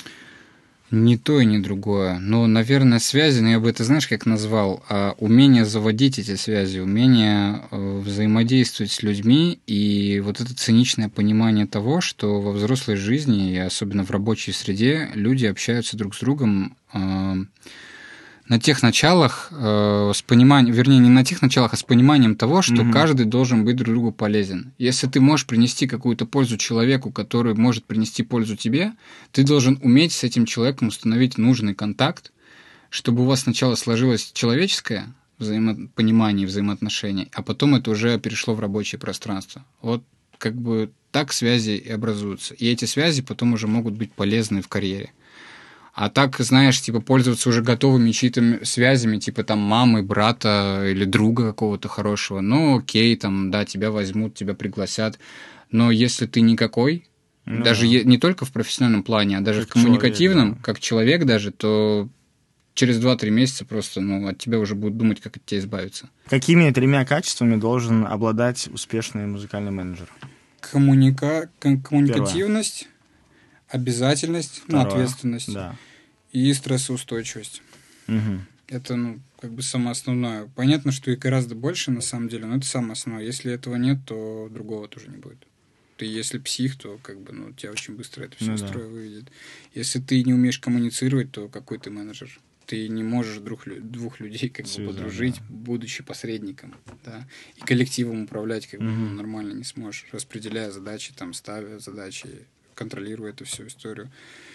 Ни то и ни другое. Ну, наверное, связи, но я бы это, знаешь, как назвал, а, умение заводить эти связи, умение а, взаимодействовать с людьми и вот это циничное понимание того, что во взрослой жизни и особенно в рабочей среде люди общаются друг с другом а, на тех началах, э, с пониманием, вернее, не на тех началах, а с пониманием того, что mm-hmm. каждый должен быть друг другу полезен. Если ты можешь принести какую-то пользу человеку, который может принести пользу тебе, ты должен уметь с этим человеком установить нужный контакт, чтобы у вас сначала сложилось человеческое взаимопонимание, взаимоотношения, а потом это уже перешло в рабочее пространство. Вот как бы так связи и образуются. И эти связи потом уже могут быть полезны в карьере. А так, знаешь, типа, пользоваться уже готовыми чьими-то связями, типа, там, мамы, брата или друга какого-то хорошего, ну, окей, там, да, тебя возьмут, тебя пригласят, но если ты никакой, ну, даже е- не только в профессиональном плане, а даже как в коммуникативном, человек, да. как человек даже, то через два-три месяца просто, ну, от тебя уже будут думать, как от тебя избавиться. Какими тремя качествами должен обладать успешный музыкальный менеджер? Коммуника... Коммуникативность. Первое. Обязательность, Второе. ну, ответственность да. и стрессоустойчивость. Угу. Это, ну, как бы самое основное. Понятно, что и гораздо больше, на самом деле, но это самое основное. Если этого нет, то другого тоже не будет. Ты, если псих, то, как бы, ну, тебя очень быстро это все ну, из строя да. выведет. Если ты не умеешь коммуницировать, то какой ты менеджер? Ты не можешь двух, двух людей, как Связано, бы, подружить, да. будучи посредником, да, и коллективом управлять, как угу. бы, ну, нормально не сможешь, распределяя задачи, там, ставя задачи, контролируя эту всю историю.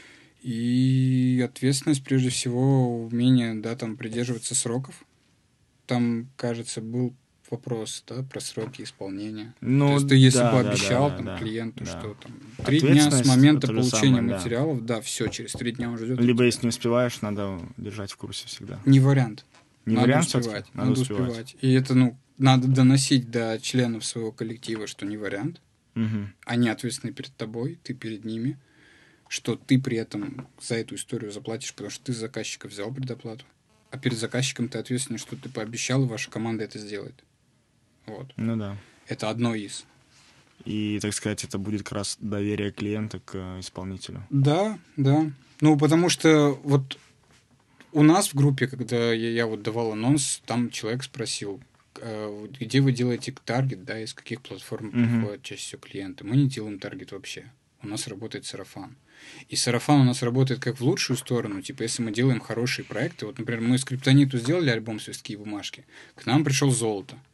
И ответственность, прежде всего, умение, да, там, придерживаться сроков. Там, кажется, был вопрос, да, про сроки исполнения. Ну, то есть ты, если да, бы обещал да, да, там, да, клиенту, да. что там три дня с момента получения самое, материалов, да. да, все, через три дня он ждет. Либо, если не успеваешь, надо держать в курсе всегда. Не вариант. Не надо вариант успевать. Надо, надо успевать. успевать. И это, ну, надо доносить до членов своего коллектива, что не вариант. Угу. Они ответственны перед тобой, ты перед ними, что ты при этом за эту историю заплатишь, потому что ты с заказчика взял предоплату, а перед заказчиком ты ответственен, что ты пообещал, и ваша команда это сделает. Вот. Ну да. Это одно из. И, так сказать, это будет как раз доверие клиента к исполнителю. Да, да. Ну, потому что вот у нас в группе, когда я, я вот давал анонс, там человек спросил, где вы делаете таргет, да, из каких платформ uh-huh. приходят чаще всего клиенты. Мы не делаем таргет вообще. У нас работает сарафан. И сарафан у нас работает как в лучшую сторону. Типа, если мы делаем хорошие проекты, вот, например, мы Скриптониту сделали альбом «Свистки и бумажки», к нам пришел Золото.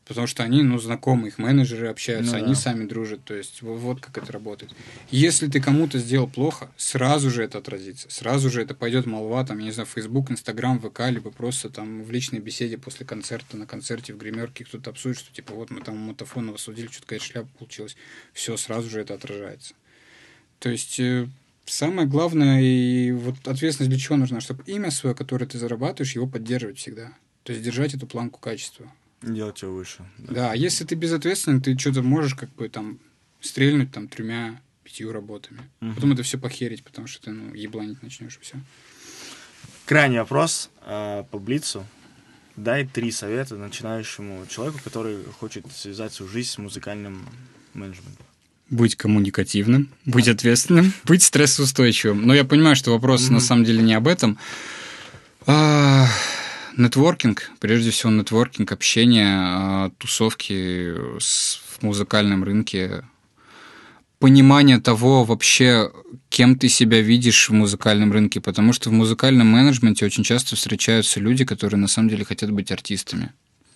Потому что они, ну, знакомы, их менеджеры общаются, Ну, они да. сами дружат. То есть вот, вот как это работает. Если ты кому-то сделал плохо, сразу же это отразится. Сразу же это пойдет молва, там, я не знаю, в Facebook, Instagram, ВК, либо просто там в личной беседе после концерта, на концерте, в гримерке кто-то обсудит, что типа вот мы там Мотофонова судили, что-то какая-то шляпа получилась. Все, сразу же это отражается. То есть э, самое главное, и вот ответственность для чего нужна? Чтобы имя свое, которое ты зарабатываешь, его поддерживать всегда. То есть держать эту планку качества. Делать его выше. Да, а если ты безответственный, ты что-то можешь как бы там стрельнуть там тремя, пятью работами. Мгм. Потом это все похерить, потому что ты, ну, ебланить начнешь и все. Крайний вопрос э, по Блицу. Дай три совета начинающему человеку, который хочет связать свою жизнь с музыкальным менеджментом. Быть коммуникативным, быть ответственным, быть стрессоустойчивым. Но я понимаю, что вопрос Мгм. на самом деле не об этом. А, Нетворкинг, прежде всего нетворкинг, общение, а, тусовки с- в музыкальном рынке, понимание того вообще, кем ты себя видишь в музыкальном рынке, потому что в музыкальном менеджменте очень часто встречаются люди, которые на самом деле хотят быть артистами.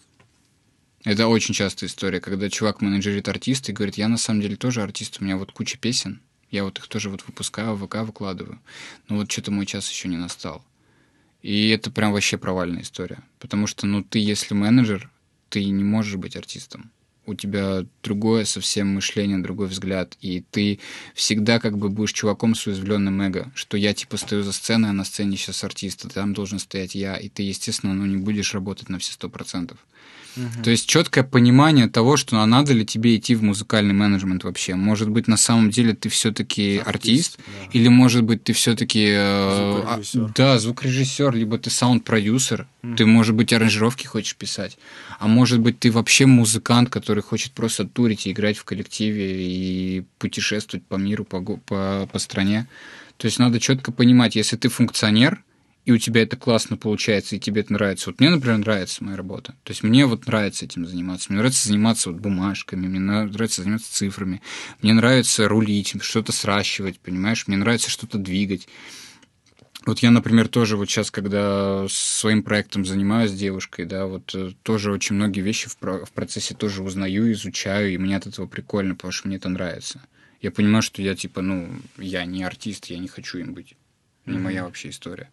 Это очень частая история, когда чувак менеджерит артиста и говорит, я на самом деле тоже артист, у меня вот куча песен, я вот их тоже вот выпускаю, в ВК выкладываю, но вот что-то мой час еще не настал. И это прям вообще провальная история, потому что, ну, ты, если менеджер, ты не можешь быть артистом. У тебя другое совсем мышление, другой взгляд, и ты всегда как бы будешь чуваком с уязвленным эго, что я типа стою за сценой, а на сцене сейчас артист, а там должен стоять я, и ты, естественно, ну, не будешь работать на все сто процентов. Мгм. То есть четкое понимание того, что а надо ли тебе идти в музыкальный менеджмент вообще. Может быть, на самом деле ты все-таки артист, Артист, да. или может быть ты все-таки Звукорежиссер. да, звукорежиссер, либо ты саунд-продюсер, Мгм. ты, может быть, аранжировки хочешь писать, а может быть, ты вообще музыкант, который хочет просто турить и играть в коллективе и путешествовать по миру, по, го- по, по стране. То есть надо четко понимать, если ты функционер, и у тебя это классно получается, и тебе это нравится. Вот мне, например, нравится моя работа. То есть мне вот нравится этим заниматься. Мне нравится заниматься вот бумажками, мне нравится заниматься цифрами, мне нравится рулить, что-то сращивать, понимаешь? Мне нравится что-то двигать. Вот я, например, тоже вот сейчас, когда своим проектом занимаюсь с девушкой, да, вот э, тоже очень многие вещи в, про- в процессе тоже узнаю, изучаю, и мне от этого прикольно, потому что мне это нравится. Я понимаю, что я, типа, ну, я не артист, я не хочу им быть. Не Мгм. моя вообще история.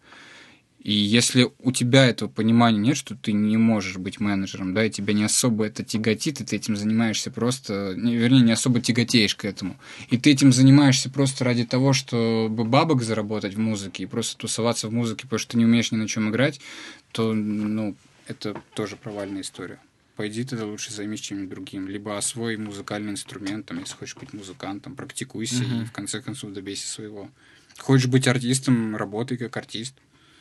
И если у тебя этого понимания нет, что ты не можешь быть менеджером, да, и тебя не особо это тяготит, и ты этим занимаешься просто, не, вернее, не особо тяготеешь к этому, и ты этим занимаешься просто ради того, чтобы бабок заработать в музыке и просто тусоваться в музыке, потому что ты не умеешь ни на чем играть, то, ну, это тоже провальная история. Пойди тогда лучше займись чем-нибудь другим. Либо освой музыкальный инструмент, там, если хочешь быть музыкантом, практикуйся Мгм. и в конце концов добейся своего. Хочешь быть артистом, работай как артист.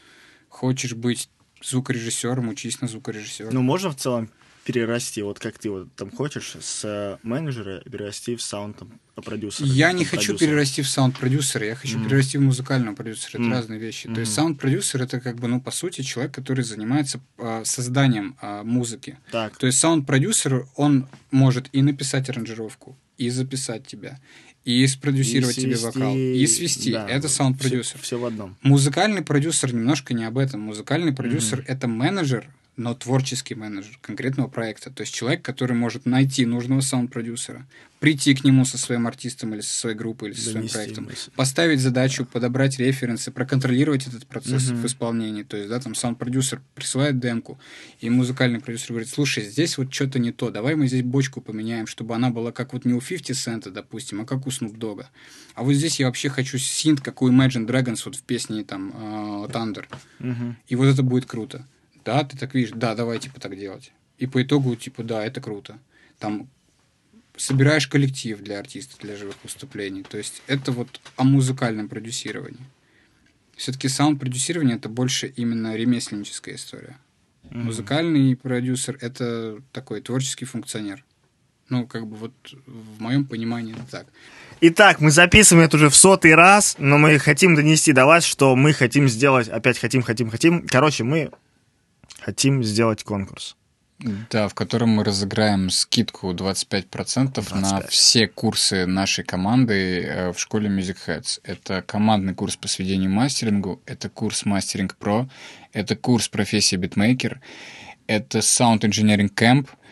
Хочешь быть звукорежиссером, учись на звукорежиссера. Ну, можно в целом перерасти, вот как ты вот там хочешь, с э, менеджера перерасти в саунд-продюсера? Я там, не хочу продюсера. перерасти в саунд-продюсера, я хочу Мгм. перерасти в музыкального продюсера. Это Мгм. разные вещи. То есть Мгм. саунд-продюсер это как бы, ну, по сути, человек, который занимается а, созданием а, музыки. Так. То есть саунд-продюсер, он может и написать аранжировку, и записать тебя, и спродюсировать И тебе свести, вокал, и свести. да, Это саунд-продюсер. Все, все в одном. Музыкальный продюсер немножко не об этом. Музыкальный продюсер Мгм. это менеджер, но творческий менеджер конкретного проекта. То есть человек, который может найти нужного саунд-продюсера, прийти к нему со своим артистом или со своей группой или со своим Донести проектом, мысль. поставить задачу, подобрать референсы, проконтролировать этот процесс Мгм. в исполнении. То есть, да, там саунд-продюсер присылает демку, и музыкальный продюсер говорит, слушай, здесь вот что-то не то, давай мы здесь бочку поменяем, чтобы она была как вот не у фифти Cent, допустим, а как у Snoop Dogg. А вот здесь я вообще хочу синт, как у Imagine Dragons вот в песне там э, Thunder. Мгм. И вот это будет круто. Да, ты так видишь, да, давай, типа, так делать. И по итогу, типа, да, это круто. Там собираешь коллектив для артистов, для живых выступлений. То есть это вот о музыкальном продюсировании. Все-таки саунд-продюсирование это больше именно ремесленническая история. Мгм. Музыкальный продюсер это такой творческий функционер. Ну, как бы вот в моем понимании это так. Итак, мы записываем это уже в сотый раз, но мы хотим донести до вас, что мы хотим сделать, опять хотим, хотим, хотим. Короче, мы хотим сделать конкурс. Да, в котором мы разыграем скидку двадцать пять процентов двадцать на пять. все курсы нашей команды э, в школе Music Heads. Это командный курс по сведению и мастерингу, это курс Мастеринг Pro, это курс профессия битмейкер, это Sound Engineering Camp,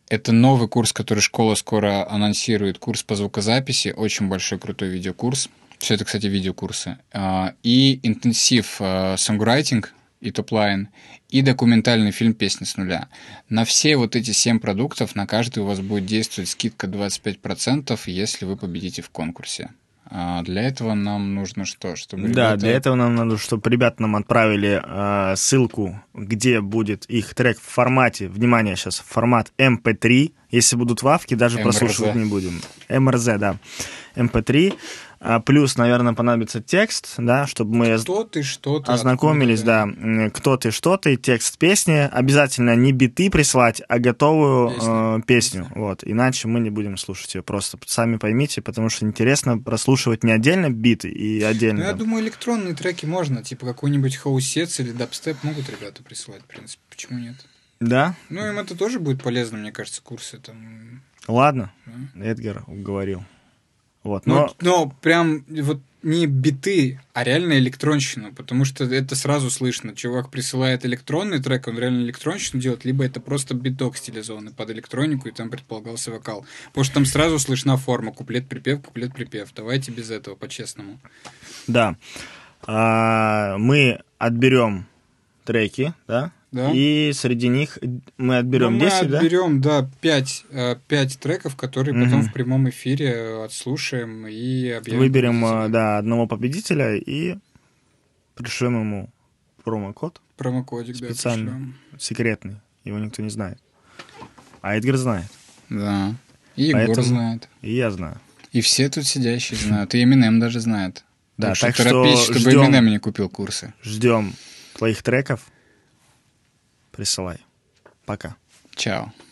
Это новый курс, который школа скоро анонсирует. Курс по звукозаписи. Очень большой, крутой видеокурс. Все это, кстати, видеокурсы. И интенсив сонграйтинг и топлайн, и документальный фильм «Песни с нуля». На все вот эти семь продуктов, на каждый у вас будет действовать скидка двадцать пять процентов, если вы победите в конкурсе. А для этого нам нужно что? Чтобы ребята... Да, для этого нам надо, чтобы ребята нам отправили э, ссылку, где будет их трек в формате, внимание, сейчас, формат эм пэ три. Если будут вавки, даже эм эр зэ. Прослушивать не будем. эм эр зэ, да. эм пэ три. А плюс, наверное, понадобится текст, да, чтобы мы кто ты, что ты, ознакомились, да, кто ты, что ты, текст песни. Обязательно не биты прислать, а готовую песню. Э, песню. Вот. Иначе мы не будем слушать ее. Просто сами поймите, потому что интересно прослушивать не отдельно биты и отдельно. Ну, я думаю, электронные треки можно, типа какой-нибудь хаусец или дабстеп могут ребята присылать, в принципе. Почему нет? Да? Ну, им это тоже будет полезно, мне кажется, курсы там. Ладно, да? Эдгар уговорил. Вот, но... но... но прям вот не биты, а реально электронщину, потому что это сразу слышно. Чувак присылает электронный трек, он реально электронщину делает, либо это просто биток стилизованный под электронику, и там предполагался вокал. Потому что там сразу слышна форма куплет-припев, куплет-припев. Давайте без этого, по-честному. Да. А, мы отберем треки, да? Да. И среди них мы отберем ну, десять, мы отберем, да, да пять, пять треков, которые угу. потом в прямом эфире отслушаем и объявим. Выберем, да, одного победителя и пришлем ему промокод. Промокодик, специальный, да, пришлем. Секретный, его никто не знает. А Эдгар знает. Да, и Егор Поэтому... знает. И я знаю. И все тут сидящие знают, и Эминем даже знает. Да, так, так что торопись, чтобы ждем, Эминем не купил курсы. Ждем твоих треков. Присылай. Пока. Чао.